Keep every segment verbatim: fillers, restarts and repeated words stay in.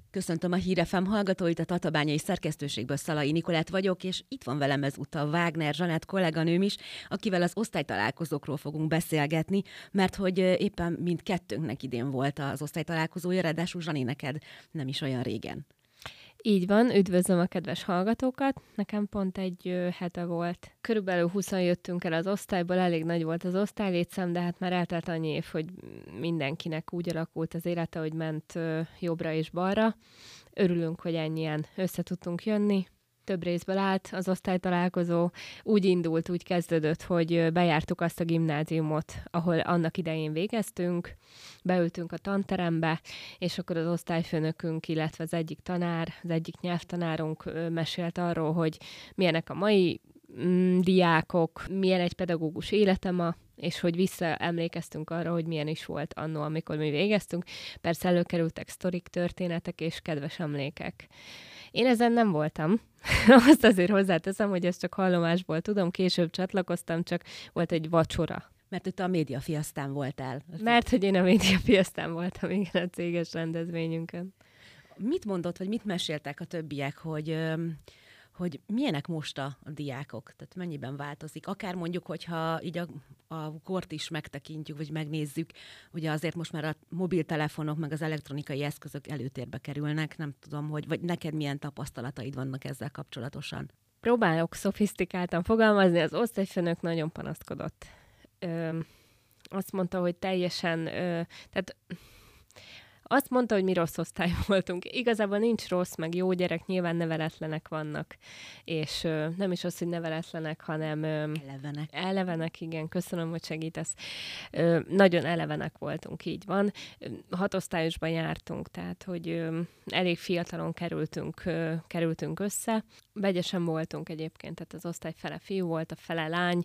Köszöntöm a Hír ef em hallgatóit, a Tatabányai szerkesztőségből Szalai Nikolett vagyok, és itt van velem ezúttal Wagner Zsanett kolléganőm is, akivel az osztálytalálkozókról fogunk beszélgetni, mert hogy éppen mindkettőnknek idén volt az osztálytalálkozója, ráadásul Zsani, neked nem is olyan régen. Így van, üdvözlöm a kedves hallgatókat. Nekem pont egy ö, hete volt. Körülbelül húszan jöttünk el az osztályból, elég nagy volt az osztálylétszám, de hát már eltelt annyi év, hogy mindenkinek úgy alakult az élete, hogy ment ö, jobbra és balra. Örülünk, hogy ennyien össze tudtunk jönni. Több részből állt az osztálytalálkozó. Úgy indult, úgy kezdődött, hogy bejártuk azt a gimnáziumot, ahol annak idején végeztünk, beültünk a tanterembe, és akkor az osztályfőnökünk, illetve az egyik tanár, az egyik nyelvtanárunk mesélt arról, hogy milyenek a mai mm, diákok, milyen egy pedagógus élete ma, és hogy visszaemlékeztünk arra, hogy milyen is volt annó, amikor mi végeztünk. Persze előkerültek sztorik, történetek és kedves emlékek. Én ezen nem voltam. Azt azért hozzáteszem, hogy ezt csak hallomásból tudom, később csatlakoztam, csak volt egy vacsora. Mert itt a médiafiasztán voltál. Mert hogy én a médiafiasztán voltam, igen, a céges rendezvényünkön. Mit mondott, vagy mit meséltek a többiek, hogy... hogy milyenek most a, a diákok, tehát mennyiben változik. Akár mondjuk, hogyha így a, a kort is megtekintjük, vagy megnézzük, ugye azért most már a mobiltelefonok, meg az elektronikai eszközök előtérbe kerülnek, nem tudom, hogy vagy neked milyen tapasztalataid vannak ezzel kapcsolatosan. Próbálok szofisztikáltan fogalmazni, az osztályfőnök nagyon panaszkodott. Ö, azt mondta, hogy teljesen, ö, tehát... Azt mondta, hogy mi rossz osztály voltunk. Igazából nincs rossz, meg jó gyerek, nyilván neveletlenek vannak. És ö, nem is az, hogy neveletlenek, hanem... Ö, elevenek. Elevenek, igen, köszönöm, hogy segítesz. Ö, nagyon elevenek voltunk, így van. Hat osztályosban jártunk, tehát, hogy ö, elég fiatalon kerültünk, ö, kerültünk össze. Vegyesen voltunk egyébként, tehát az osztály fele fiú volt, a fele lány.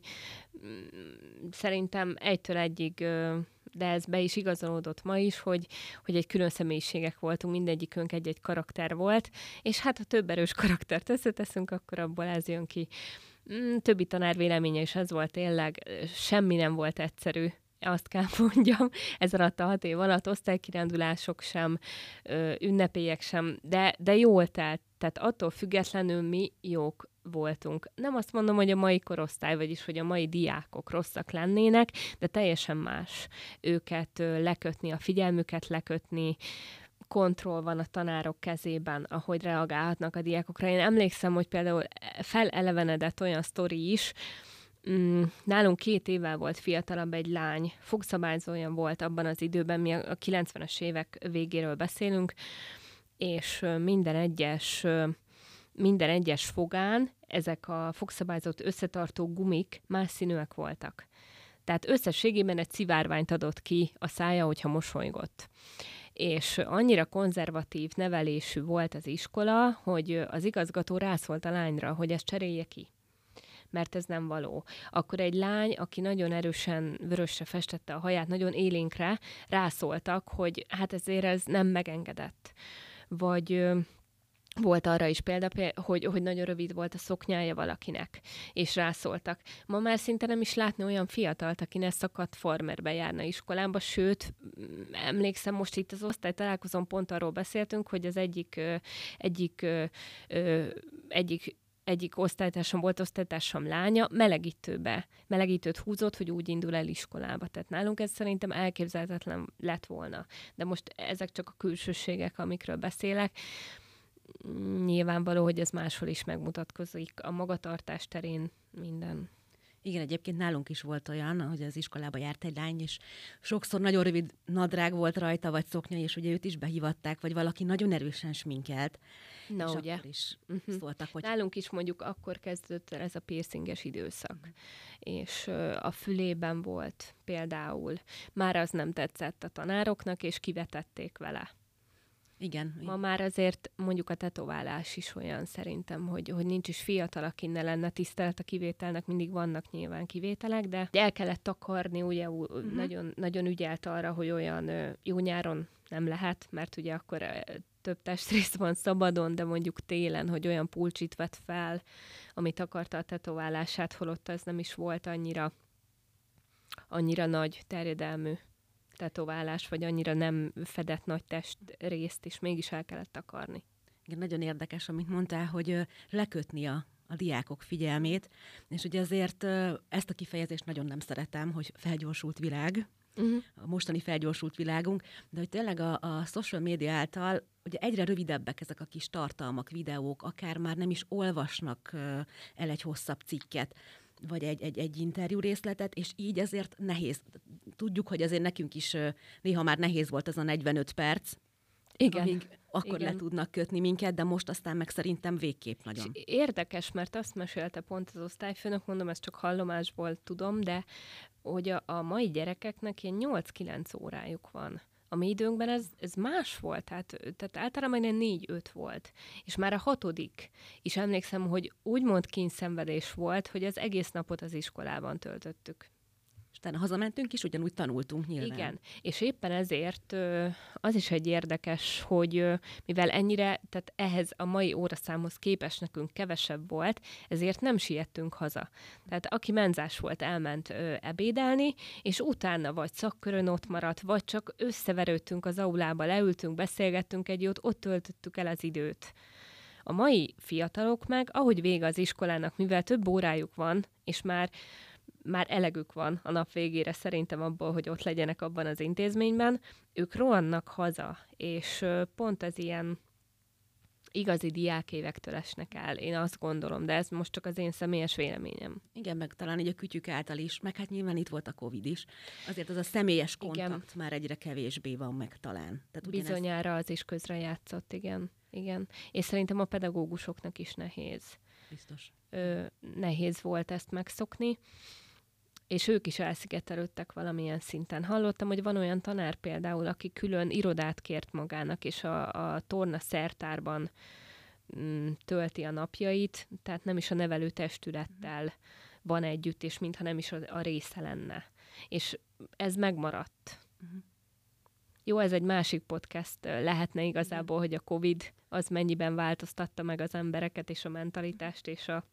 Szerintem egytől egyig... Ö, de ez be is igazolódott ma is, hogy, hogy egy külön személyiségek voltunk, mindegyikünk egy-egy karakter volt, és hát ha több erős karaktert összeteszünk, akkor abból ez jön ki. Többi tanár véleménye is ez volt tényleg, semmi nem volt egyszerű, azt kell mondjam, ez alatt a hat év alatt osztálykirándulások sem, ünnepélyek sem, de, de jól telt, tehát attól függetlenül mi jók voltunk. Nem azt mondom, hogy a mai korosztály, vagyis hogy a mai diákok rosszak lennének, de teljesen más őket lekötni, a figyelmüket lekötni, kontroll van a tanárok kezében, ahogy reagálhatnak a diákokra. Én emlékszem, hogy például felelevenedett olyan sztori is, nálunk két évvel volt fiatalabb egy lány, fogszabályzója volt abban az időben, mi a kilencvenes évek végéről beszélünk, és minden egyes minden egyes fogán ezek a fogszabályzott összetartó gumik más színűek voltak. Tehát összességében egy szivárványt adott ki a szája, hogyha mosolygott. És annyira konzervatív nevelésű volt az iskola, hogy az igazgató rászólt a lányra, hogy ezt cserélje ki, mert ez nem való. Akkor egy lány, aki nagyon erősen vörösre festette a haját, nagyon élénkre, rászóltak, hogy hát ezért ez nem megengedett. Vagy... Volt arra is példa, hogy, hogy nagyon rövid volt a szoknyája valakinek, és rászóltak. Ma már szinte nem is látni olyan fiatalt, akinek szakadt farmerbe járna iskolába, sőt, emlékszem, most itt az osztálytalálkozón pont arról beszéltünk, hogy az egyik, egyik, egyik egyik osztálytársam volt, osztálytársam lánya, melegítőbe, melegítőt húzott, hogy úgy indul el iskolába. Tehát nálunk ez szerintem elképzelhetetlen lett volna. De most ezek csak a külsőségek, amikről beszélek. Nyilvánvaló, hogy ez máshol is megmutatkozik. A magatartás terén minden. Igen, egyébként nálunk is volt olyan, hogy az iskolába járt egy lány, és sokszor nagyon rövid nadrág volt rajta, vagy szoknya, és ugye őt is behívatták, vagy valaki nagyon erősen sminkelt. Na, és ugye? akkor is uh-huh. szóltak, hogy... Nálunk is mondjuk akkor kezdődött el ez a piercinges időszak. Uh-huh. És uh, a fülében volt például. Már az nem tetszett a tanároknak, és kivetették vele. Igen. Ma már azért mondjuk a tetoválás is olyan szerintem, hogy, hogy nincs is fiatal, aki ne lenne tisztelet a kivételnek, mindig vannak nyilván kivételek, de el kellett takarni, ugye uh-huh. nagyon, nagyon ügyelt arra, hogy olyan uh, jó nyáron nem lehet, mert ugye akkor uh, több testrész van szabadon, de mondjuk télen, hogy olyan pulcsit vett fel, amit akarta a tetoválását, holott ez nem is volt annyira, annyira nagy terjedelmű. tetoválás, vagy annyira nem fedett nagy testrészt, és mégis el kellett takarni. Igen, nagyon érdekes, amit mondtál, hogy ö, lekötni a, a diákok figyelmét, és ugye azért ö, ezt a kifejezést nagyon nem szeretem, hogy felgyorsult világ, uh-huh. a mostani felgyorsult világunk, de hogy tényleg a, a social media által ugye egyre rövidebbek ezek a kis tartalmak, videók, akár már nem is olvasnak ö, el egy hosszabb cikket, vagy egy, egy, egy interjú részletet, és így ezért nehéz. Tudjuk, hogy azért nekünk is ö, néha már nehéz volt az a negyvenöt perc, Igen. amíg akkor Igen. le tudnak kötni minket, de most aztán meg szerintem végképp nagyon. És érdekes, mert azt mesélte pont az osztályfőnök, mondom, ezt csak hallomásból tudom, de hogy a, a mai gyerekeknek ilyen nyolc-kilenc órájuk van. A mi időnkben ez, ez más volt, tehát, tehát általában ilyen négy-öt volt. És már a hatodik is emlékszem, hogy úgymond kényszenvedés volt, hogy az egész napot az iskolában töltöttük. És utána hazamentünk is, ugyanúgy tanultunk nyilván. Igen, és éppen ezért az is egy érdekes, hogy mivel ennyire, tehát ehhez a mai óraszámhoz képest nekünk kevesebb volt, ezért nem siettünk haza. Tehát aki menzás volt, elment ebédelni, és utána vagy szakkörön ott maradt, vagy csak összeverődtünk az aulába, leültünk, beszélgettünk egy jót, ott töltöttük el az időt. A mai fiatalok meg, ahogy vége az iskolának, mivel több órájuk van, és már már elegük van a nap végére szerintem abból, hogy ott legyenek abban az intézményben, ők rohannak haza, és pont az ilyen igazi diákévektől esnek el, én azt gondolom, de ez most csak az én személyes véleményem. Igen, meg talán így a kütyük által is, meg hát nyilván itt volt a Covid is, azért az a személyes kontakt igen. már egyre kevésbé van meg talán. Tehát bizonyára ugyanez... az is közrejátszott, igen. igen. És szerintem a pedagógusoknak is nehéz. Biztos. Ö, nehéz volt ezt megszokni, és ők is elszigetelődtek valamilyen szinten. Hallottam, hogy van olyan tanár például, aki külön irodát kért magának, és a, a torna szertárban mm, tölti a napjait, tehát nem is a nevelőtestülettel van együtt, és mintha nem is a, a része lenne. És ez megmaradt. Uh-huh. Jó, ez egy másik podcast lehetne igazából, hogy a Covid az mennyiben változtatta meg az embereket, és a mentalitást, és a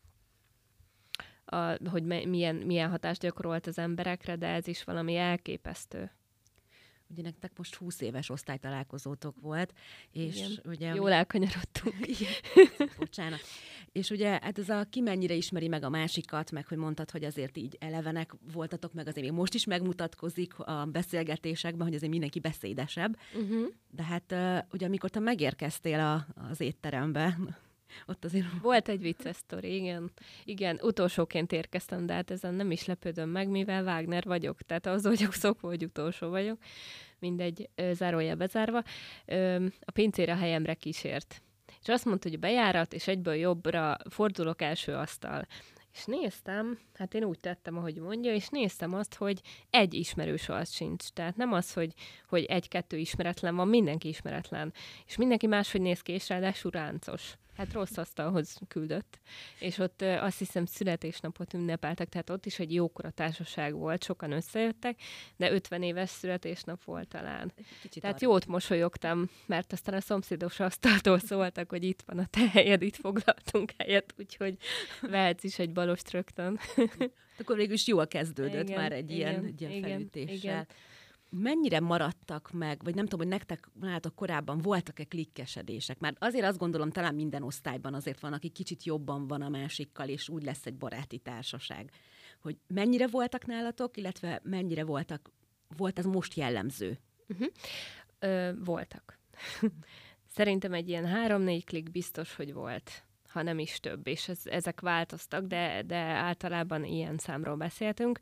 A, hogy me, milyen, milyen hatást gyakorolt az emberekre, de ez is valami elképesztő. Ugye nektek most húsz éves osztálytalálkozótok volt, és igen. ugye... Jól elkanyarodtunk. Bocsánat. És ugye hát ez a ki mennyire ismeri meg a másikat, meg hogy mondtad, hogy azért így elevenek voltatok, meg azért még most is megmutatkozik a beszélgetésekben, hogy azért mindenki beszédesebb. Uh-huh. De hát ugye amikor te megérkeztél a, az étterembe, ott azért... Volt egy vicces sztori, igen. Igen, utolsóként érkeztem, de hát ezen nem is lepődöm meg, mivel Wagner vagyok. Tehát az vagyok szokva, hogy utolsó vagyok. Mindegy, zárója bezárva. A pincér a helyemre kísért. És azt mondta, hogy bejárat, és egyből jobbra fordulok, első asztal. És néztem, hát én úgy tettem, ahogy mondja, és néztem azt, hogy egy ismerős az sincs. Tehát nem az, hogy, hogy egy-kettő ismeretlen van, mindenki ismeretlen. És mindenki máshogy néz ki, és ráadásul ráncos. Hát rossz asztalhoz küldött. És ott azt hiszem születésnapot ünnepeltek, tehát ott is egy jókora társaság volt, sokan összejöttek, de ötven éves születésnap volt talán. Kicsit tehát arra. Jót mosolyogtam, mert aztán a szomszédos asztaltól szóltak, hogy itt van a te helyed, itt foglaltunk helyet, úgyhogy vehetsz is egy balost rögtön. Akkor végül is jól kezdődött igen, már egy igen, ilyen, egy ilyen igen, felütéssel. Igen. Mennyire maradtak meg, vagy nem tudom, hogy nektek nálatok korábban voltak-e klikkesedések? Már azért azt gondolom, talán minden osztályban azért van, aki kicsit jobban van a másikkal, és úgy lesz egy baráti társaság. Hogy mennyire voltak nálatok, illetve mennyire voltak, volt ez most jellemző? Uh-huh. Ö, voltak. Szerintem egy ilyen három-négy klik biztos, hogy volt, ha nem is több, és ez, ezek változtak, de, de általában ilyen számról beszéltünk.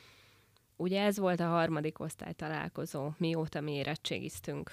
Ugye ez volt a harmadik osztálytalálkozó, mióta mi érettségiztünk.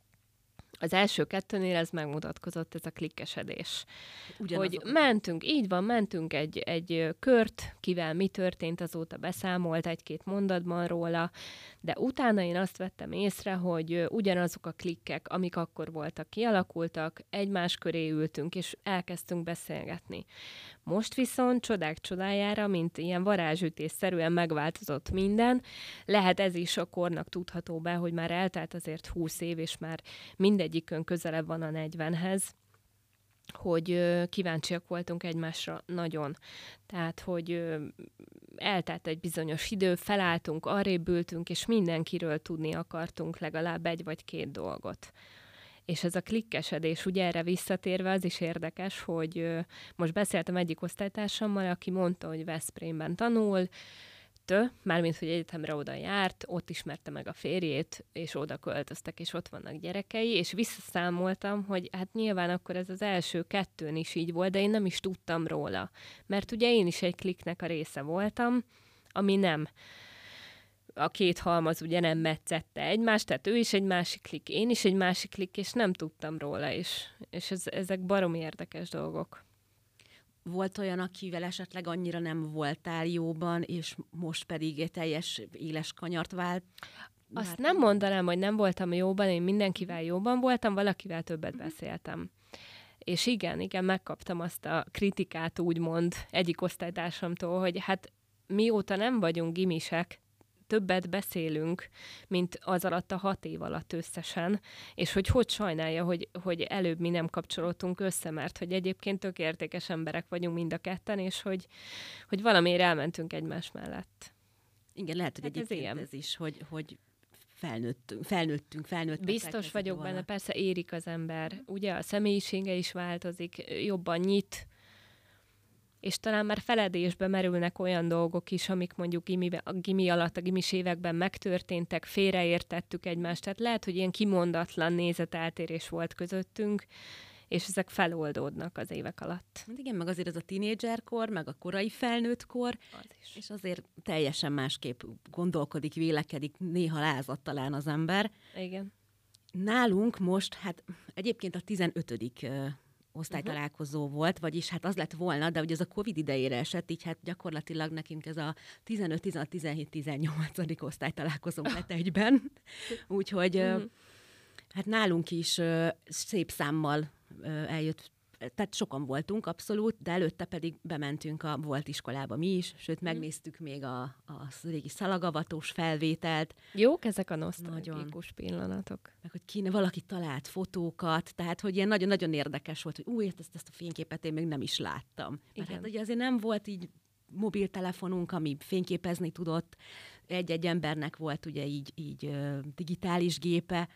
Az első kettőnél ez megmutatkozott, ez a klikkesedés. Ugyanazok. Hogy mentünk, így van, mentünk egy, egy kört, kivel mi történt, azóta beszámolt egy-két mondatban róla, de utána én azt vettem észre, hogy ugyanazok a klikkek, amik akkor voltak, kialakultak, egymás köré ültünk, és elkezdtünk beszélgetni. Most viszont csodák csodájára, mint ilyen varázsütésszerűen megváltozott minden, lehet ez is a kornak tudható be, hogy már eltelt azért húsz év, és már mindegyikön közelebb van a negyvenhez. hogy ö, kíváncsiak voltunk egymásra nagyon. Tehát, hogy ö, eltelt egy bizonyos idő, felálltunk, arrébb ültünk, és mindenkiről tudni akartunk legalább egy vagy két dolgot. És ez a klikkesedés, ugye erre visszatérve az is érdekes, hogy ö, most beszéltem egyik osztálytársammal, aki mondta, hogy Veszprémben tanul, tő, mármint, hogy egyetemre oda járt, ott ismerte meg a férjét, és oda költöztek, és ott vannak gyerekei, és visszaszámoltam, hogy hát nyilván akkor ez az első kettőn is így volt, de én nem is tudtam róla. Mert ugye én is egy kliknek a része voltam, ami nem. A két halmaz ugye nem metszette egymást, tehát ő is egy másik klik, én is egy másik klik, és nem tudtam róla is. És ez, ezek baromi érdekes dolgok. Volt olyan, akivel esetleg annyira nem voltál jóban, és most pedig egy teljes éles kanyart vált? Azt hát... nem mondanám, hogy nem voltam jóban, én mindenkivel jóban voltam, valakivel többet beszéltem. És igen, igen, megkaptam azt a kritikát, úgymond, egyik osztálytársamtól, hogy hát mióta nem vagyunk gimisek, többet beszélünk, mint az alatt a hat év alatt összesen, és hogy hogy sajnálja, hogy, hogy előbb mi nem kapcsolódtunk össze, mert hogy egyébként tök értékes emberek vagyunk mind a ketten, és hogy, hogy valamiért elmentünk egymás mellett. Igen, lehet, hogy hát egyébként ez, ez is, hogy, hogy felnőttünk, felnőttünk, felnőttek. Biztos vagyok benne, persze érik az ember. Ugye a személyisége is változik, jobban nyit, és talán már feledésbe merülnek olyan dolgok is, amik mondjuk gimi, a gimi alatt, a gimis években megtörténtek, félreértettük egymást, tehát lehet, hogy ilyen kimondatlan nézeteltérés volt közöttünk, és ezek feloldódnak az évek alatt. Igen, meg azért az a tínédzserkor, meg a korai felnőttkor, az is. És azért teljesen másképp gondolkodik, vélekedik, néha lázad talán az ember. Igen. Nálunk most, hát egyébként a tizenötödik osztálytalálkozó uh-huh. volt, vagyis hát az lett volna, de ugye az a Covid idejére esett, így hát gyakorlatilag nekünk ez a tizenöt, tizenhat, tizenhét, tizennyolcadik osztálytalálkozónk lett egyben. Úgyhogy uh-huh. hát nálunk is szép számmal eljött, tehát sokan voltunk abszolút, de előtte pedig bementünk a volt iskolába mi is, sőt megnéztük még a, a régi szalagavatós felvételt. Jók ezek a nosztalgikus pillanatok. Meg hogy ki, valaki talált fotókat, tehát hogy ilyen nagyon-nagyon érdekes volt, hogy új, ezt, ezt a fényképet én még nem is láttam. Mert hát ugye azért nem volt így mobiltelefonunk, ami fényképezni tudott, egy-egy embernek volt ugye így, így digitális gépe,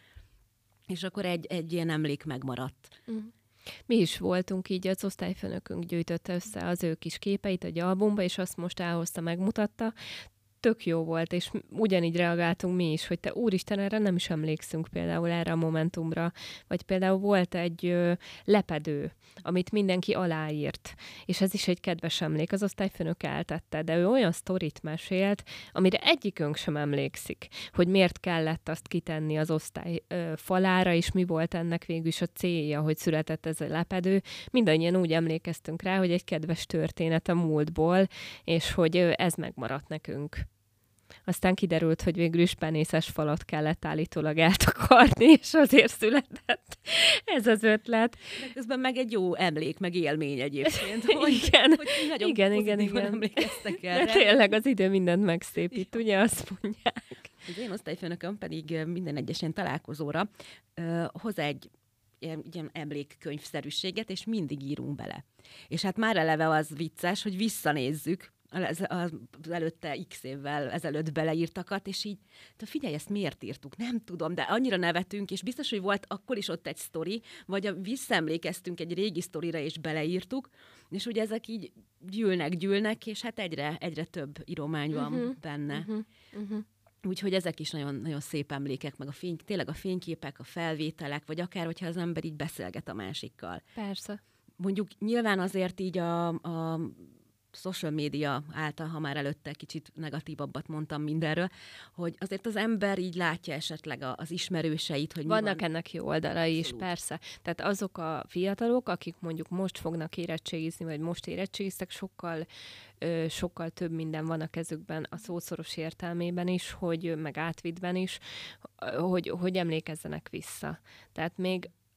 és akkor egy, egy ilyen emlék megmaradt. Uh-huh. Mi is voltunk így, az osztályfőnökünk gyűjtötte össze az ő kis képeit egy albumba, és azt most elhozta, megmutatta. Tök jó volt, és ugyanígy reagáltunk mi is, hogy te úristen, erre nem is emlékszünk például erre a momentumra. Vagy például volt egy ö, lepedő, amit mindenki aláírt, és ez is egy kedves emlék, az osztályfőnök eltette, de ő olyan sztorit mesélt, amire egyikünk sem emlékszik, hogy miért kellett azt kitenni az osztály ö, falára, és mi volt ennek végül is a célja, hogy született ez a lepedő. Mindannyian úgy emlékeztünk rá, hogy egy kedves történet a múltból, és hogy ö, ez megmaradt nekünk. Aztán kiderült, hogy végül is penészes falat kellett állítólag eltakarni, és azért született ez az ötlet. De közben meg egy jó emlék, meg élmény egyébként. Hogy, igen, hogy nagyon igen, igen, igen. emlékeztek erre. De tényleg az idő mindent megszépít, ja. Ugye azt mondják. Az én osztályfőnököm pedig minden egyes ilyen találkozóra uh, hoz egy ilyen, ilyen emlékkönyvszerűséget, és mindig írunk bele. És hát már eleve az vicces, hogy visszanézzük, az, az előtte x évvel ezelőtt beleírtakat, és így, de figyelj, ezt miért írtuk? Nem tudom, de annyira nevetünk, és biztos, hogy volt akkor is ott egy sztori, vagy a, visszaemlékeztünk egy régi sztorira, és beleírtuk, és ugye ezek így gyűlnek, gyűlnek, és hát egyre, egyre több íromány van uh-huh, benne. Uh-huh, uh-huh. Úgyhogy ezek is nagyon, nagyon szép emlékek, meg a fény, tényleg a fényképek, a felvételek, vagy akár, hogyha az ember így beszélget a másikkal. Persze. Mondjuk nyilván azért így a, a social media által, ha már előtte kicsit negatívabbat mondtam mindenről, hogy azért az ember így látja esetleg az ismerőseit, hogy vannak van. Ennek jó oldalai is, persze. Tehát azok a fiatalok, akik mondjuk most fognak érettségizni, vagy most érettségiztek, sokkal, ö, sokkal több minden van a kezükben, a szószoros értelmében is, hogy meg átvidben is, hogy, hogy emlékezzenek vissza. Tehát még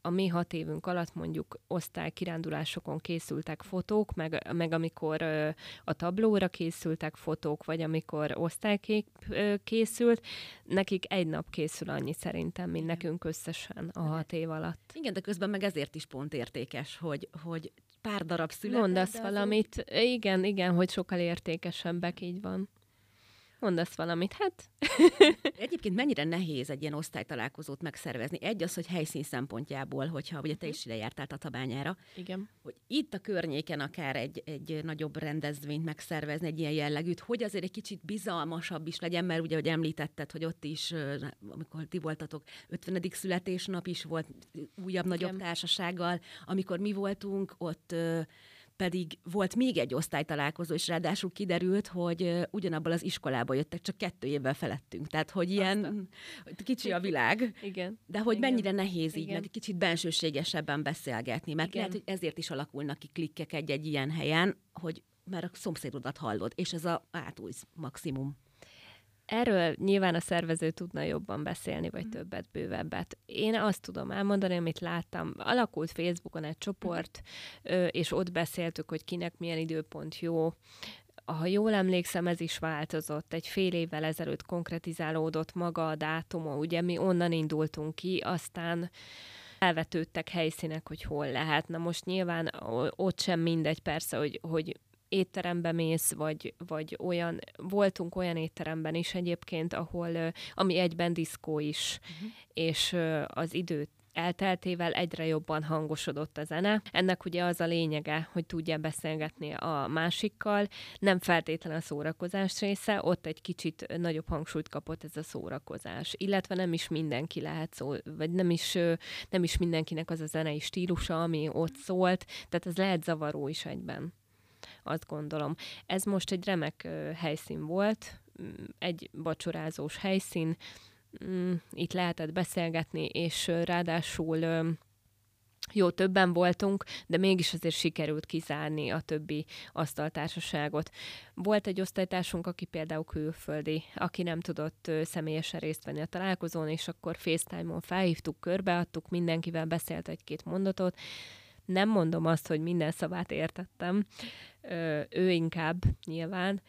a mi hat évünk alatt mondjuk osztálykirándulásokon készültek fotók, meg, meg amikor ö, a tablóra készültek fotók, vagy amikor osztálykép ö, készült, nekik egy nap készül annyi szerintem, mint nekünk összesen a hat év alatt. Igen, de közben meg ezért is pont értékes, hogy, hogy pár darab született. Mondasz valamit, azért... igen, igen, hogy sokkal értékesebbek, így van. Mondasz valamit, hát. Egyébként mennyire nehéz egy ilyen osztálytalálkozót megszervezni? Egy az, hogy helyszín szempontjából, hogyha ugye te is ide jártál Tatabányára, igen. Hogy itt a környéken akár egy, egy nagyobb rendezvényt megszervezni, egy ilyen jellegűt, hogy azért egy kicsit bizalmasabb is legyen, mert ugye, hogy említetted, hogy ott is, amikor ti voltatok, ötvenedik születésnap is volt újabb, nagyobb igen. társasággal, amikor mi voltunk, ott pedig volt még egy osztálytalálkozó, és ráadásul kiderült, hogy ugyanabból az iskolába jöttek, csak kettő évvel felettünk. Tehát, hogy ilyen Aztán. kicsi a világ. Igen. De hogy Igen. mennyire nehéz így, Igen. meg kicsit bensőségesebben beszélgetni. Mert Igen. lehet, hogy ezért is alakulnak ki klikkek egy-egy ilyen helyen, hogy már a szomszédodat hallod, és ez a átújsz maximum. Erről nyilván a szervező tudna jobban beszélni, vagy mm. többet, bővebbet. Én azt tudom elmondani, amit láttam. Alakult Facebookon egy csoport, mm. és ott beszéltük, hogy kinek milyen időpont jó. Ha jól emlékszem, ez is változott. Egy fél évvel ezelőtt konkretizálódott maga a dátuma. Ugye mi onnan indultunk ki, aztán elvetődtek helyszínek, hogy hol lehet. Na most nyilván ott sem mindegy persze, hogy, hogy étterembe mész, vagy, vagy olyan, voltunk olyan étteremben is egyébként, ahol, ami egyben diszkó is, uh-huh. és az idő elteltével egyre jobban hangosodott a zene. Ennek ugye az a lényege, hogy tudja beszélgetni a másikkal, nem feltétlenül a szórakozás része, ott egy kicsit nagyobb hangsúlyt kapott ez a szórakozás. Illetve nem is mindenki lehet szó, vagy nem is, nem is mindenkinek az a zenei stílusa, ami ott szólt, tehát ez lehet zavaró is egyben. Azt gondolom. Ez most egy remek uh, helyszín volt, egy vacsorázós helyszín, mm, itt lehetett beszélgetni, és uh, ráadásul uh, jó, többen voltunk, de mégis azért sikerült kizárni a többi asztaltársaságot. Volt egy osztálytársunk, aki például külföldi, aki nem tudott uh, személyesen részt venni a találkozón, és akkor FaceTime-on felhívtuk, körbeadtuk, mindenkivel beszélt egy-két mondatot. Nem mondom azt, hogy minden szavát értettem, Ö, ő inkább nyilván.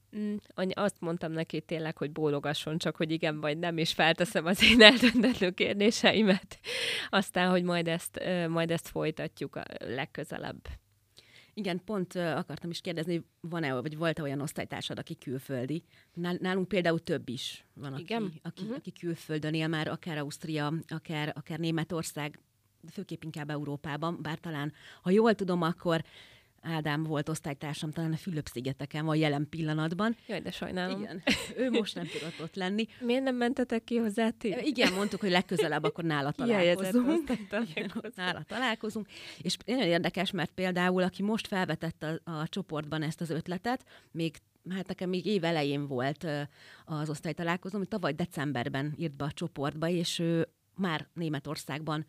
Azt mondtam neki tényleg, hogy bólogasson, csak hogy igen vagy nem, és felteszem az én eldöntetlen kérdéseimet. Aztán, hogy majd ezt, majd ezt folytatjuk a legközelebb. Igen, pont uh, akartam is kérdezni, van-e, vagy volt-e olyan osztálytársad, aki külföldi? Nálunk például több is van, aki, aki, uh-huh. aki külföldön él már, akár Ausztria, akár, akár Németország, főképp inkább Európában, bár talán, ha jól tudom, akkor Ádám volt osztálytársam, talán a Fülöp-szigeteken van jelen pillanatban. Jaj, de sajnálom. Igen, ő most nem tudott ott lenni. Miért nem mentetek ki hozzá ti? Igen, mondtuk, hogy legközelebb akkor nála találkozunk. Igen, nála találkozunk. És nagyon érdekes, mert például, aki most felvetette a, a csoportban ezt az ötletet, még hát nekem még év elején volt az osztálytalálkozom, hogy tavaly decemberben írt be a csoportba, és ő már Németországban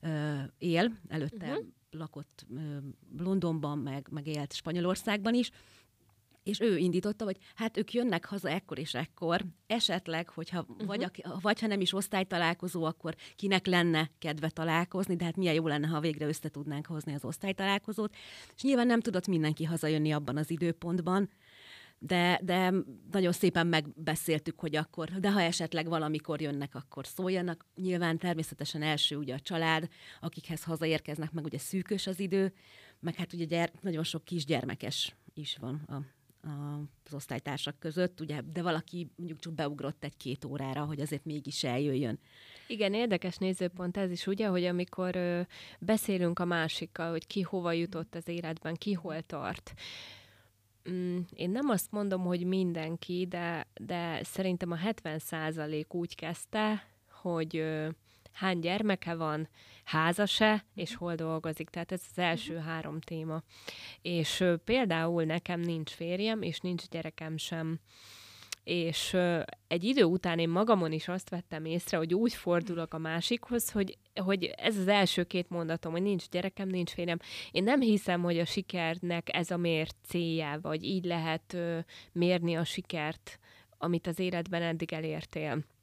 él, előtte uh-huh. lakott Londonban, meg, meg élt Spanyolországban is, és ő indította, hogy hát ők jönnek haza ekkor és ekkor, esetleg, hogyha uh-huh. vagy, a, vagy ha nem is osztálytalálkozó, akkor kinek lenne kedve találkozni, de hát milyen jó lenne, ha végre össze tudnánk hozni az osztálytalálkozót. És nyilván nem tudott mindenki hazajönni abban az időpontban, De, de nagyon szépen megbeszéltük, hogy akkor, de ha esetleg valamikor jönnek, akkor szóljanak. Nyilván természetesen első ugye a család, akikhez hazaérkeznek, meg ugye szűkös az idő, meg hát ugye gyere, nagyon sok kisgyermekes is van a, a, az osztálytársak között, ugye, de valaki mondjuk csak beugrott egy-két órára, hogy azért mégis eljöjjön. Igen, érdekes nézőpont ez is, ugye, hogy amikor ö, beszélünk a másikkal, hogy ki hova jutott az életben, ki hol tart. Én nem azt mondom, hogy mindenki, de, de szerintem a hetven százalék úgy kezdte, hogy ö, hány gyermeke van, házas-e, és hol dolgozik. Tehát ez az első uh-huh. három téma. És ö, például nekem nincs férjem, és nincs gyerekem sem. És ö, egy idő után én magamon is azt vettem észre, hogy úgy fordulok a másikhoz, hogy, hogy ez az első két mondatom, hogy nincs gyerekem, nincs férjem. Én nem hiszem, hogy a sikernek ez a mércéje, vagy így lehet ö, mérni a sikert, amit az életben eddig elértél.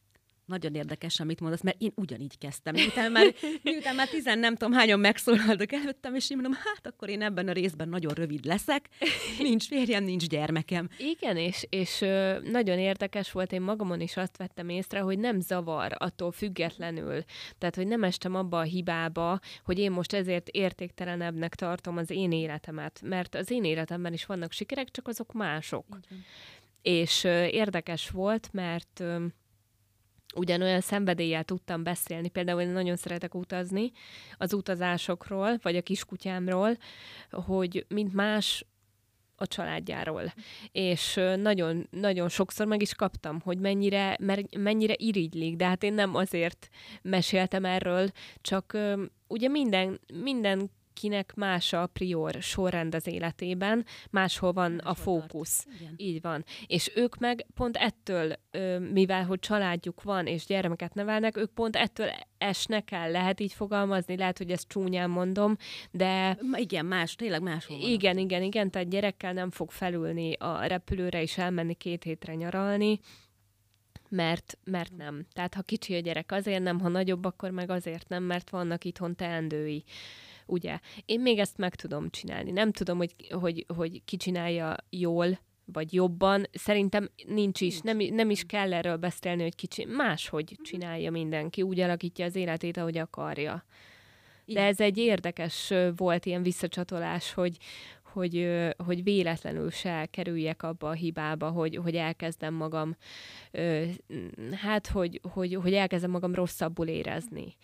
Nagyon érdekes, amit mondasz, mert én ugyanígy kezdtem. Miután már, miután már tizen nem tudom hányan megszólaltak előttem, és én mondom, hát akkor én ebben a részben nagyon rövid leszek, nincs férjem, nincs gyermekem. Igen, és, és ö, nagyon érdekes volt, én magamon is azt vettem észre, hogy nem zavar attól függetlenül. Tehát, hogy nem estem abba a hibába, hogy én most ezért értéktelenebbnek tartom az én életemet, mert az én életemben is vannak sikerek, csak azok mások. Igen. És ö, érdekes volt, mert ö, ugyanolyan szenvedéllyel tudtam beszélni. Például én nagyon szeretek utazni az utazásokról, vagy a kiskutyámról, hogy mint más a családjáról. És nagyon, nagyon sokszor meg is kaptam, hogy mennyire, mennyire irigylik, de hát én nem azért meséltem erről, csak ugye minden, minden kinek más a prior sorrend az életében, máshol van máshol a fókusz. Így van. És ők meg pont ettől, mivel hogy családjuk van, és gyermeket nevelnek, ők pont ettől esnek el, lehet így fogalmazni, lehet, hogy ezt csúnyán mondom, de... Igen, más, tényleg máshol van. Igen, igen, igen, tehát gyerekkel nem fog felülni a repülőre és elmenni két hétre nyaralni, mert, mert nem. Tehát ha kicsi a gyerek, azért nem, ha nagyobb, akkor meg azért nem, mert vannak itthon teendői. Ugye? Én még ezt meg tudom csinálni. Nem tudom, hogy, hogy, hogy ki csinálja jól, vagy jobban. Szerintem nincs is, nem, nem is kell erről beszélni, hogy ki csinálja. Máshogy csinálja mindenki, úgy alakítja az életét, ahogy akarja. De ez egy érdekes volt ilyen visszacsatolás, hogy, hogy, hogy véletlenül se kerüljek abba a hibába, hogy, hogy elkezdem magam, hát, hogy, hogy, hogy elkezdem magam rosszabbul érezni.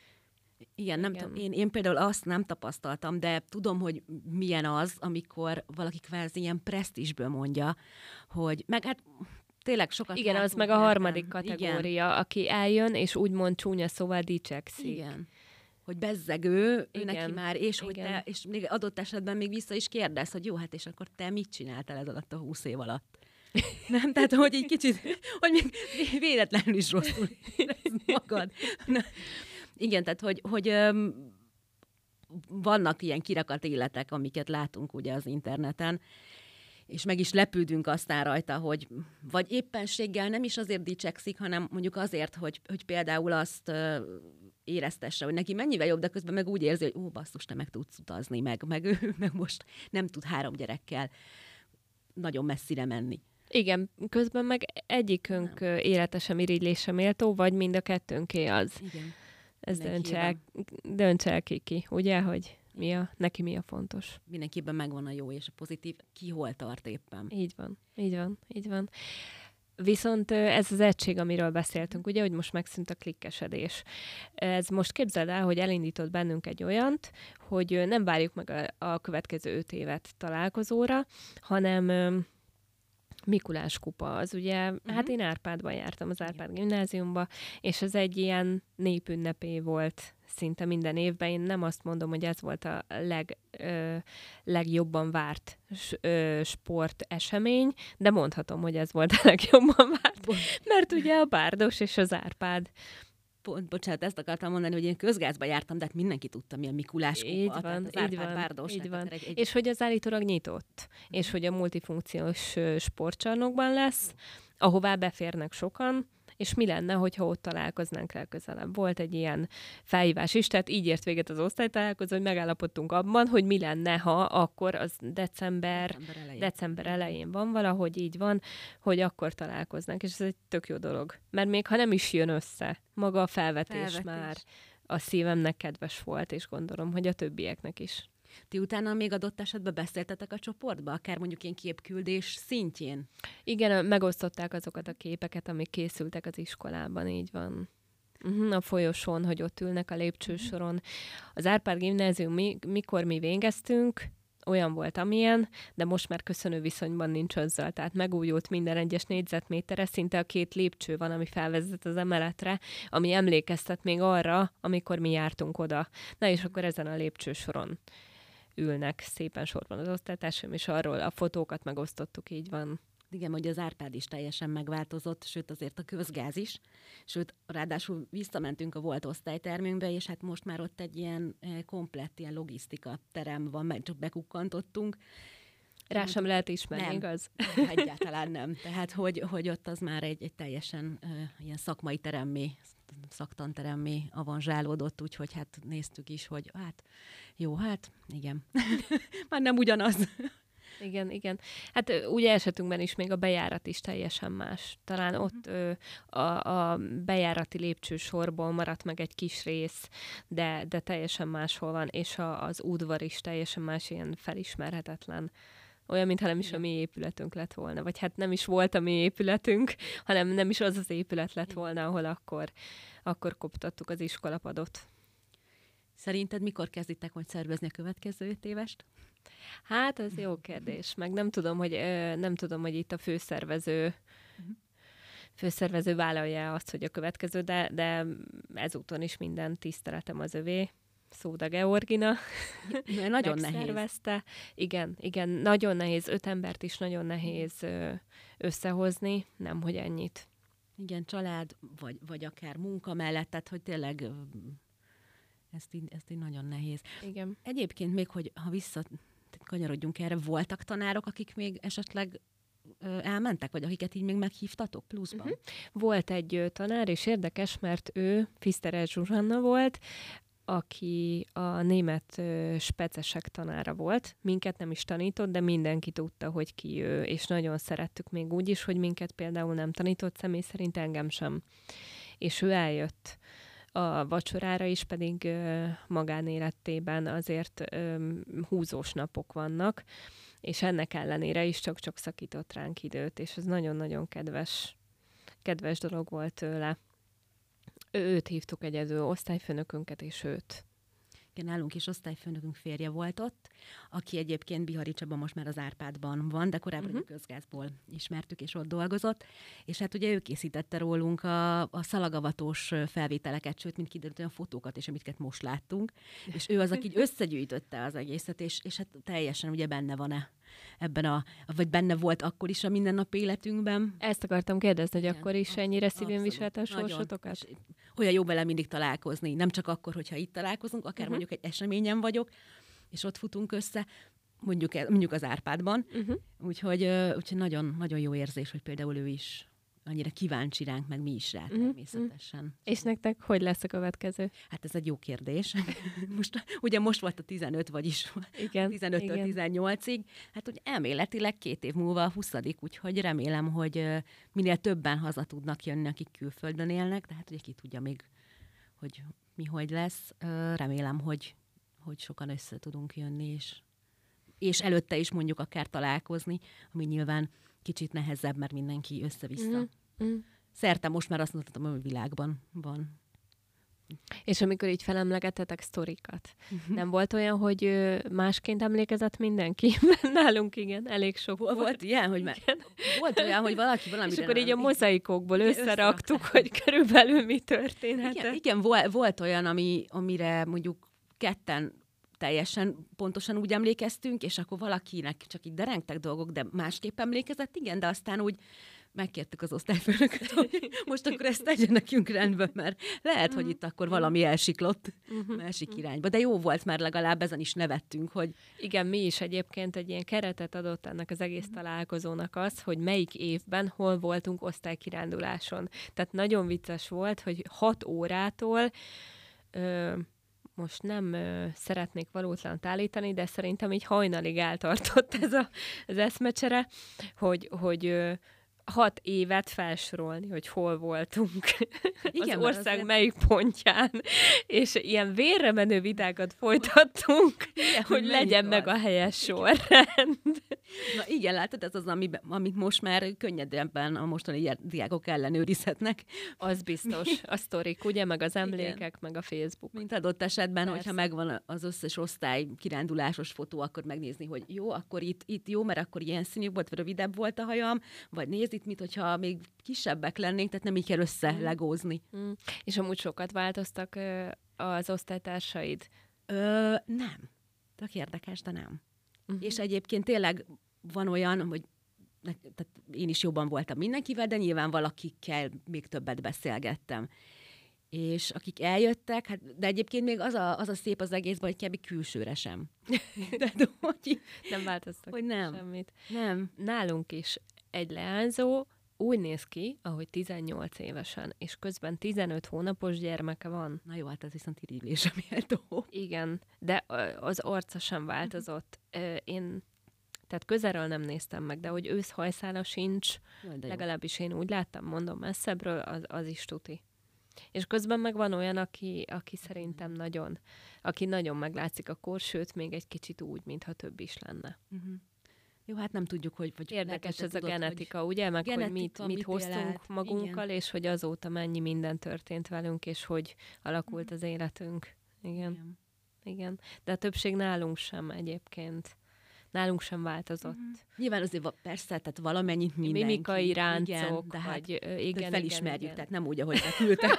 Igen, nem tudom, én, én például azt nem tapasztaltam, de tudom, hogy milyen az, amikor valaki kvázi ilyen presztízsből mondja, hogy meg hát tényleg sokat igen, az meg a harmadik kategória, igen. Aki eljön, és úgymond csúnya szóval dicsekszik. Igen. Hogy bezzegő, ő neki már, és, hogy te, és még adott esetben még vissza is kérdez, hogy jó, hát és akkor te mit csináltál ez alatt a húsz év alatt? Nem, tehát hogy egy kicsit, hogy még véletlenül is rosszul érezd magad. Na, igen, tehát hogy, hogy öm, vannak ilyen kirakat életek, amiket látunk ugye az interneten, és meg is lepődünk aztán rajta, hogy vagy éppenséggel nem is azért dicsekszik, hanem mondjuk azért, hogy, hogy például azt ö, éreztesse, hogy neki mennyivel jobb, de közben meg úgy érzi, hogy ó, basszus, te meg tudsz utazni, meg, meg ő meg most nem tud három gyerekkel nagyon messzire menni. Igen, közben meg egyikünk nem. Élete sem irigylése méltó, vagy mind a kettőnké az. Igen. Ez dönts el, dönts el Kiki, ugye, hogy mi a, neki mi a fontos. Mindenkiben megvan a jó és a pozitív, ki hol tart éppen. Így van, így van, így van. Viszont ez az egység, amiről beszéltünk, ugye, hogy most megszűnt a klikkesedés. Ez most képzeld el, hogy elindított bennünk egy olyant, hogy nem várjuk meg a, a következő öt évet találkozóra, hanem Mikulás kupa, az ugye, uh-huh. hát én Árpádban jártam, az Árpád gimnáziumba, és ez egy ilyen népünnepé volt szinte minden évben. Én nem azt mondom, hogy ez volt a leg, ö, legjobban várt ö, sportesemény, de mondhatom, hogy ez volt a legjobban várt, mert ugye a Bárdos és az Árpád. Pont, bocsánat, ezt akartam mondani, hogy én közgázba jártam, de hát mindenki tudta, milyen Mikulás kupa. Így van, az így van, Bárdos, így van. Egy, egy... És hogy az állítólag nyitott, mm. és hogy a multifunkciós sportcsarnokban lesz, ahová beférnek sokan, és mi lenne, hogyha ott találkoznánk legközelebb. Volt egy ilyen felhívás is, tehát így ért véget az osztálytalálkozó, hogy megállapodtunk abban, hogy mi lenne, ha akkor az december, december, elején. december elején van valahogy, így van, hogy akkor találkoznánk, és ez egy tök jó dolog. Mert még ha nem is jön össze, maga a felvetés, felvetés. már a szívemnek kedves volt, és gondolom, hogy a többieknek is. Ti utána még adott esetben beszéltetek a csoportba, akár mondjuk ilyen képküldés szintjén? Igen, megosztották azokat a képeket, amik készültek az iskolában, így van. Uh-huh, a folyosón, hogy ott ülnek a lépcsősoron. Az Árpád gimnázium, mi, mikor mi végeztünk, olyan volt, amilyen, de most már köszönő viszonyban nincs azzal. Tehát megújult minden egyes négyzetméterre, szinte a két lépcső van, ami felvezet az emeletre, ami emlékeztet még arra, amikor mi jártunk oda. Na és akkor ezen a lépcsősoron ülnek szépen sorban az osztálytársaim, és arról a fotókat megosztottuk, így van. Igen, hogy az Árpád is teljesen megváltozott, sőt azért a közgáz is, sőt ráadásul visszamentünk a volt osztálytermünkbe, és hát most már ott egy ilyen komplett ilyen logisztika terem van, mert csak bekukkantottunk. Rá sem lehet ismerni, nem, igaz? Egyáltalán nem. Tehát, hogy, hogy ott az már egy, egy teljesen uh, ilyen szakmai teremmé, szaktanteremmé avanzsálódott, úgyhogy hát néztük is, hogy hát jó, hát igen. Már nem ugyanaz. Igen, igen. Hát ugye esetünkben is még a bejárat is teljesen más. Talán ott ö, a, a bejárati lépcsősorból maradt meg egy kis rész, de, de teljesen máshol van, és a, az udvar is teljesen más, ilyen felismerhetetlen. Olyan, mintha nem is a mi épületünk lett volna. Vagy hát nem is volt a mi épületünk, hanem nem is az az épület lett volna, ahol akkor, akkor koptattuk az iskolapadot. Szerinted mikor kezditek majd szervezni a következő öt évest? Hát, ez jó kérdés. Meg nem tudom, hogy, nem tudom, hogy itt a főszervező főszervező vállalja azt, hogy a következő, de, de ezúton is minden tiszteletem az övé. Szóda Georgina nagyon megszervezte. Nehéz. Igen, igen, nagyon nehéz. Öt embert is nagyon nehéz összehozni, nem hogy ennyit. Igen, család, vagy, vagy akár munka mellett, tehát hogy tényleg ezt így, ezt így nagyon nehéz. Igen. Egyébként még, hogy ha vissza kanyarodjunk erre, voltak tanárok, akik még esetleg ö, elmentek, vagy akiket így még meghívtatok pluszban? Uh-huh. Volt egy ö, tanár, és érdekes, mert ő Fiszteres Zsuzsanna volt, aki a német ö, specesek tanára volt. Minket nem is tanított, de mindenki tudta, hogy ki ő, és nagyon szerettük még úgy is, hogy minket például nem tanított, személy szerint engem sem. És ő eljött a vacsorára is, pedig ö, magánéletében azért ö, húzós napok vannak, és ennek ellenére is csak-csak szakított ránk időt, és ez nagyon-nagyon kedves, kedves dolog volt tőle. Ő, őt hívtuk egyedül, osztályfőnökünket, és őt. Igen, nálunk is osztályfőnökünk férje volt ott, aki egyébként Bihari Csaba most már az Árpádban van, de korábban uh-huh. a közgázból ismertük, és ott dolgozott. És hát ugye ő készítette rólunk a, a szalagavatós felvételeket, sőt, mint kiderült, olyan fotókat is, amiket most láttunk. És ő az, aki összegyűjtötte az egészet, és, és hát teljesen ugye benne van-e ebben a, vagy benne volt akkor is a mindennapi életünkben. Ezt akartam kérdezni, hogy igen, akkor is ennyire szívén viselte a sorsotokat? Olyan jó vele mindig találkozni, nem csak akkor, hogyha itt találkozunk, akár uh-huh. mondjuk egy eseményen vagyok, és ott futunk össze, mondjuk, mondjuk az Árpádban. Uh-huh. Úgyhogy, úgyhogy nagyon, nagyon jó érzés, hogy például ő is annyira kíváncsi ránk, meg mi is rá uh-huh. természetesen. És nektek hogy lesz a következő? Hát ez egy jó kérdés. Most, ugye most volt a tizenöt, vagyis igen, tizenöttől tizennyolcig. Hát úgy elméletileg két év múlva a huszadik, úgyhogy remélem, hogy minél többen haza tudnak jönni, akik külföldön élnek, de hát ugye ki tudja még, hogy mi hogy lesz. Remélem, hogy, hogy sokan össze tudunk jönni, és, és előtte is mondjuk akár találkozni, ami nyilván kicsit nehezebb, mert mindenki össze-vissza. Mm-hmm. Szerte most már azt mondhatom, hogy világban van. És amikor így felemlegetetek sztorikat, uh-huh. nem volt olyan, hogy másként emlékezett mindenki? Nálunk igen, elég sok volt. Volt ilyen, hogy már volt olyan, hogy valaki valamire... És akkor így a mozaikokból összeraktuk, hogy körülbelül mi történhet. Igen, igen volt, volt olyan, ami, amire mondjuk ketten teljesen pontosan úgy emlékeztünk, és akkor valakinek csak így derengtek dolgok, de másképp emlékezett, igen, de aztán úgy megkértük az osztályfőnököt, hogy most akkor ezt tegye nekünk rendben, mert lehet, hogy itt akkor valami elsiklott másik irányba. De jó volt, mert legalább ezen is nevettünk, hogy... Igen, mi is egyébként egy ilyen keretet adott ennek az egész találkozónak az, hogy melyik évben hol voltunk osztálykiránduláson. Tehát nagyon vicces volt, hogy hat órától... Ö, most nem ö, szeretnék valótlant állítani, de szerintem így hajnalig eltartott ez a, az eszmecsere, hogy, hogy ö, hat évet felsorolni, hogy hol voltunk igen, az ország azért... melyik pontján, és ilyen vérre menő vitákat folytattunk, igen, hogy legyen meg a helyes sorrend. Na igen, látod, ez az, ami, amit most már könnyedebben a mostani diákok ellenőrizhetnek. Az biztos, a sztorik, ugye, meg az emlékek, igen. meg a Facebook. Mint adott esetben, persze. hogyha megvan az összes osztály kirándulásos fotó, akkor megnézni, hogy jó, akkor itt, itt jó, mert akkor ilyen színű volt, vagy rövidebb volt a hajam, vagy nézd itt, mint hogyha még kisebbek lennénk, tehát nem így kell összelegózni. Mm. És amúgy sokat változtak ö, az osztálytársaid? Ö, nem. Tök érdekes, de nem. Uh-huh. És egyébként tényleg van olyan, hogy tehát én is jobban voltam mindenkivel, de nyilván valakikkel még többet beszélgettem. és akik eljöttek, hát, de egyébként még az a, az a szép az egészben, hogy kb. Külsőre sem. De, hogy, nem változtak hogy nem. semmit. Nem. Nálunk is egy leányzó úgy néz ki, ahogy tizennyolc évesen, és közben tizenöt hónapos gyermeke van. Na jó, hát ez viszont irigylésre méltó. Igen, de az arca sem változott. Én, tehát közelről nem néztem meg, de hogy őszhajszála sincs, Jó, legalábbis én úgy láttam, mondom messzebbről, az, az is tuti. És közben meg van olyan, aki, aki szerintem nagyon, aki nagyon meglátszik a kor, sőt, még egy kicsit úgy, mintha több is lenne. Uh-huh. Jó, hát nem tudjuk, hogy... Vagy érdekes ez tudod, a genetika, hogy ugye? Meg genetika, hogy mit, mit, mit hoztunk élet. Magunkkal, igen. És hogy azóta mennyi minden történt velünk, és hogy alakult az életünk. Igen. Igen. Igen. De a többség nálunk sem egyébként. Nálunk sem változott. Uh-huh. Nyilván azért persze, tehát valamennyit mindenki. Mimikai ráncok, igen, de hát, vagy igen, felismerjük, igen, tehát nem úgy, ahogy beküldtek.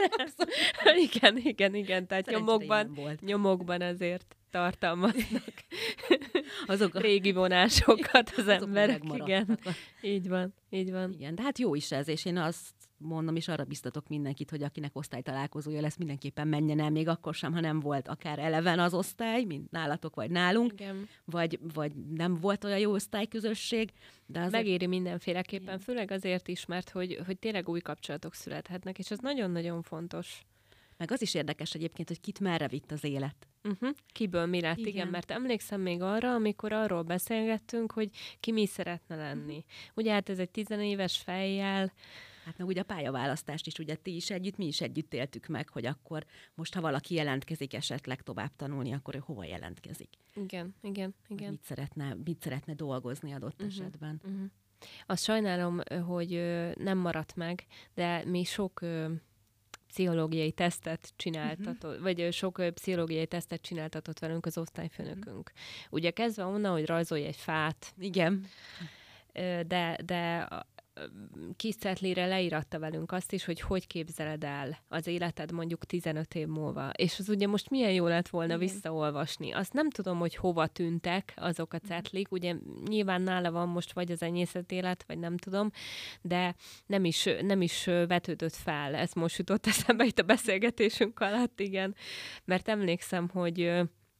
igen, igen, igen, tehát nyomokban, nyomokban azért tartalmaznak azok a régi vonásokat az emberek, igen. Így van, így van. Igen, de hát jó is ez, és én azt mondom, és arra biztatok mindenkit, hogy akinek osztálytalálkozója lesz, mindenképpen menjen el, még akkor sem, ha nem volt akár eleven az osztály, mint nálatok vagy nálunk, igen. Vagy, vagy nem volt olyan jó osztályközösség. De azért... Megéri mindenféleképpen, igen. Főleg azért is, mert hogy, hogy tényleg új kapcsolatok születhetnek, és ez nagyon-nagyon fontos. Meg az is érdekes egyébként, hogy kit merre vitt az élet. Uh-huh. Kiből mi lett, igen. igen, mert emlékszem még arra, amikor arról beszélgettünk, hogy ki mi szeretne lenni. Uh-huh. Ugye hát ez egy tizenéves fejjel. Hát meg ugye a pályaválasztást is, ugye ti is együtt, mi is együtt éltük meg, hogy akkor most, ha valaki jelentkezik esetleg tovább tanulni, akkor ő hova jelentkezik. Igen, igen, igen. Mit szeretne, mit szeretne dolgozni adott uh-huh. esetben. Uh-huh. Azt sajnálom, hogy nem maradt meg, de mi sok... pszichológiai tesztet csináltatott, uh-huh. vagy sok pszichológiai tesztet csináltatott velünk az osztályfőnökünk. Uh-huh. Ugye kezdve onnan, hogy rajzolj egy fát. Igen. De, de kis cetlire leíratta velünk azt is, hogy hogy képzeled el az életed mondjuk tizenöt év múlva. És az ugye most milyen jó lett volna igen. visszaolvasni. Azt nem tudom, hogy hova tűntek azok a cetlik. Ugye nyilván nála van most vagy az enyészet élet, vagy nem tudom, de nem is, nem is vetődött fel. Ez most jutott eszembe itt a beszélgetésünk alatt, igen. Mert emlékszem, hogy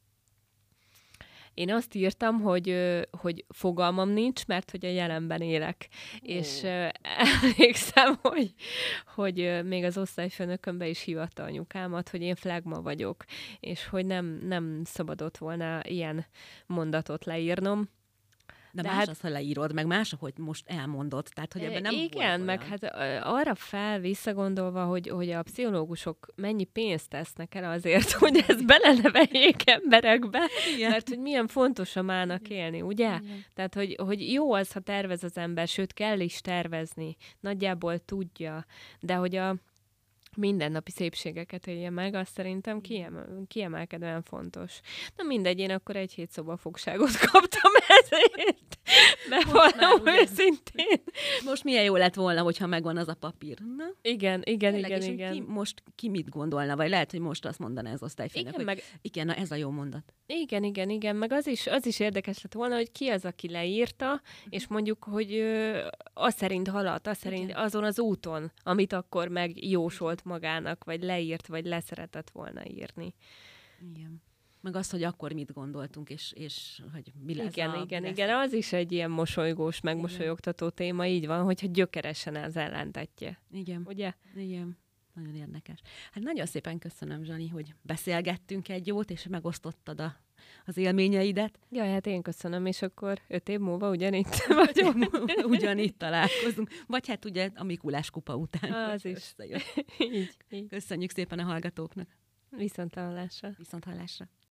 én azt írtam, hogy, hogy fogalmam nincs, mert hogy a jelenben élek. Oh. És uh, emlékszem, hogy, hogy még az osztályfőnökömbe is hívatta anyukámat, hogy én flagma vagyok, és hogy nem, nem szabadott volna ilyen mondatot leírnom. De, de más hát, az, ha leírod, meg más, hogy most elmondod. Tehát, hogy ebben nem igen, meg hát arra fel visszagondolva, hogy, hogy a pszichológusok mennyi pénzt tesznek el azért, hogy ezt beleneveljék emberekbe, igen. Mert hogy milyen fontos a mának élni, ugye? Igen. Tehát, hogy, hogy jó az, ha tervez az ember, sőt, kell is tervezni. Nagyjából tudja, de hogy a mindennapi szépségeket élje meg, azt szerintem kiemel, kiemelkedően fontos. Na mindegy, én akkor egy hét szobafogságot kaptam ezért. Bevallom őszintén. Most milyen jó lett volna, hogyha megvan az a papír. Na? Igen, igen, Tényleg, igen, és igen. Ki, most ki mit gondolna, vagy lehet, hogy most azt mondaná az osztályfőnök, igen, hogy meg... igen, na ez a jó mondat. Igen, igen, igen, meg az is, az is érdekes lett volna, hogy ki az, aki leírta, uh-huh. és mondjuk, hogy ö, az szerint haladt, az szerint igen. azon az úton, amit akkor megjósolt magának, vagy leírt, vagy leszeretett volna írni. Igen. Meg azt, hogy akkor mit gondoltunk, és, és hogy mi lesz. Igen, a, igen, lesz igen. Az is egy ilyen mosolygós, megmosolyogtató igen. téma, így van, hogyha gyökeresen az ellentetje. Igen. Ugye? Igen. Nagyon érdekes. Hát nagyon szépen köszönöm, Zsani, hogy beszélgettünk egy jót, és megosztottad a, az élményeidet. Jaj, hát én köszönöm, és akkor öt év múlva ugyanitt vagyunk. Ugyanitt találkozunk. Vagy hát ugye a Mikulás kupa után. Az is. így, így. Köszönjük szépen a hallgatóknak. Viszonthallásra. Viszonthallásra.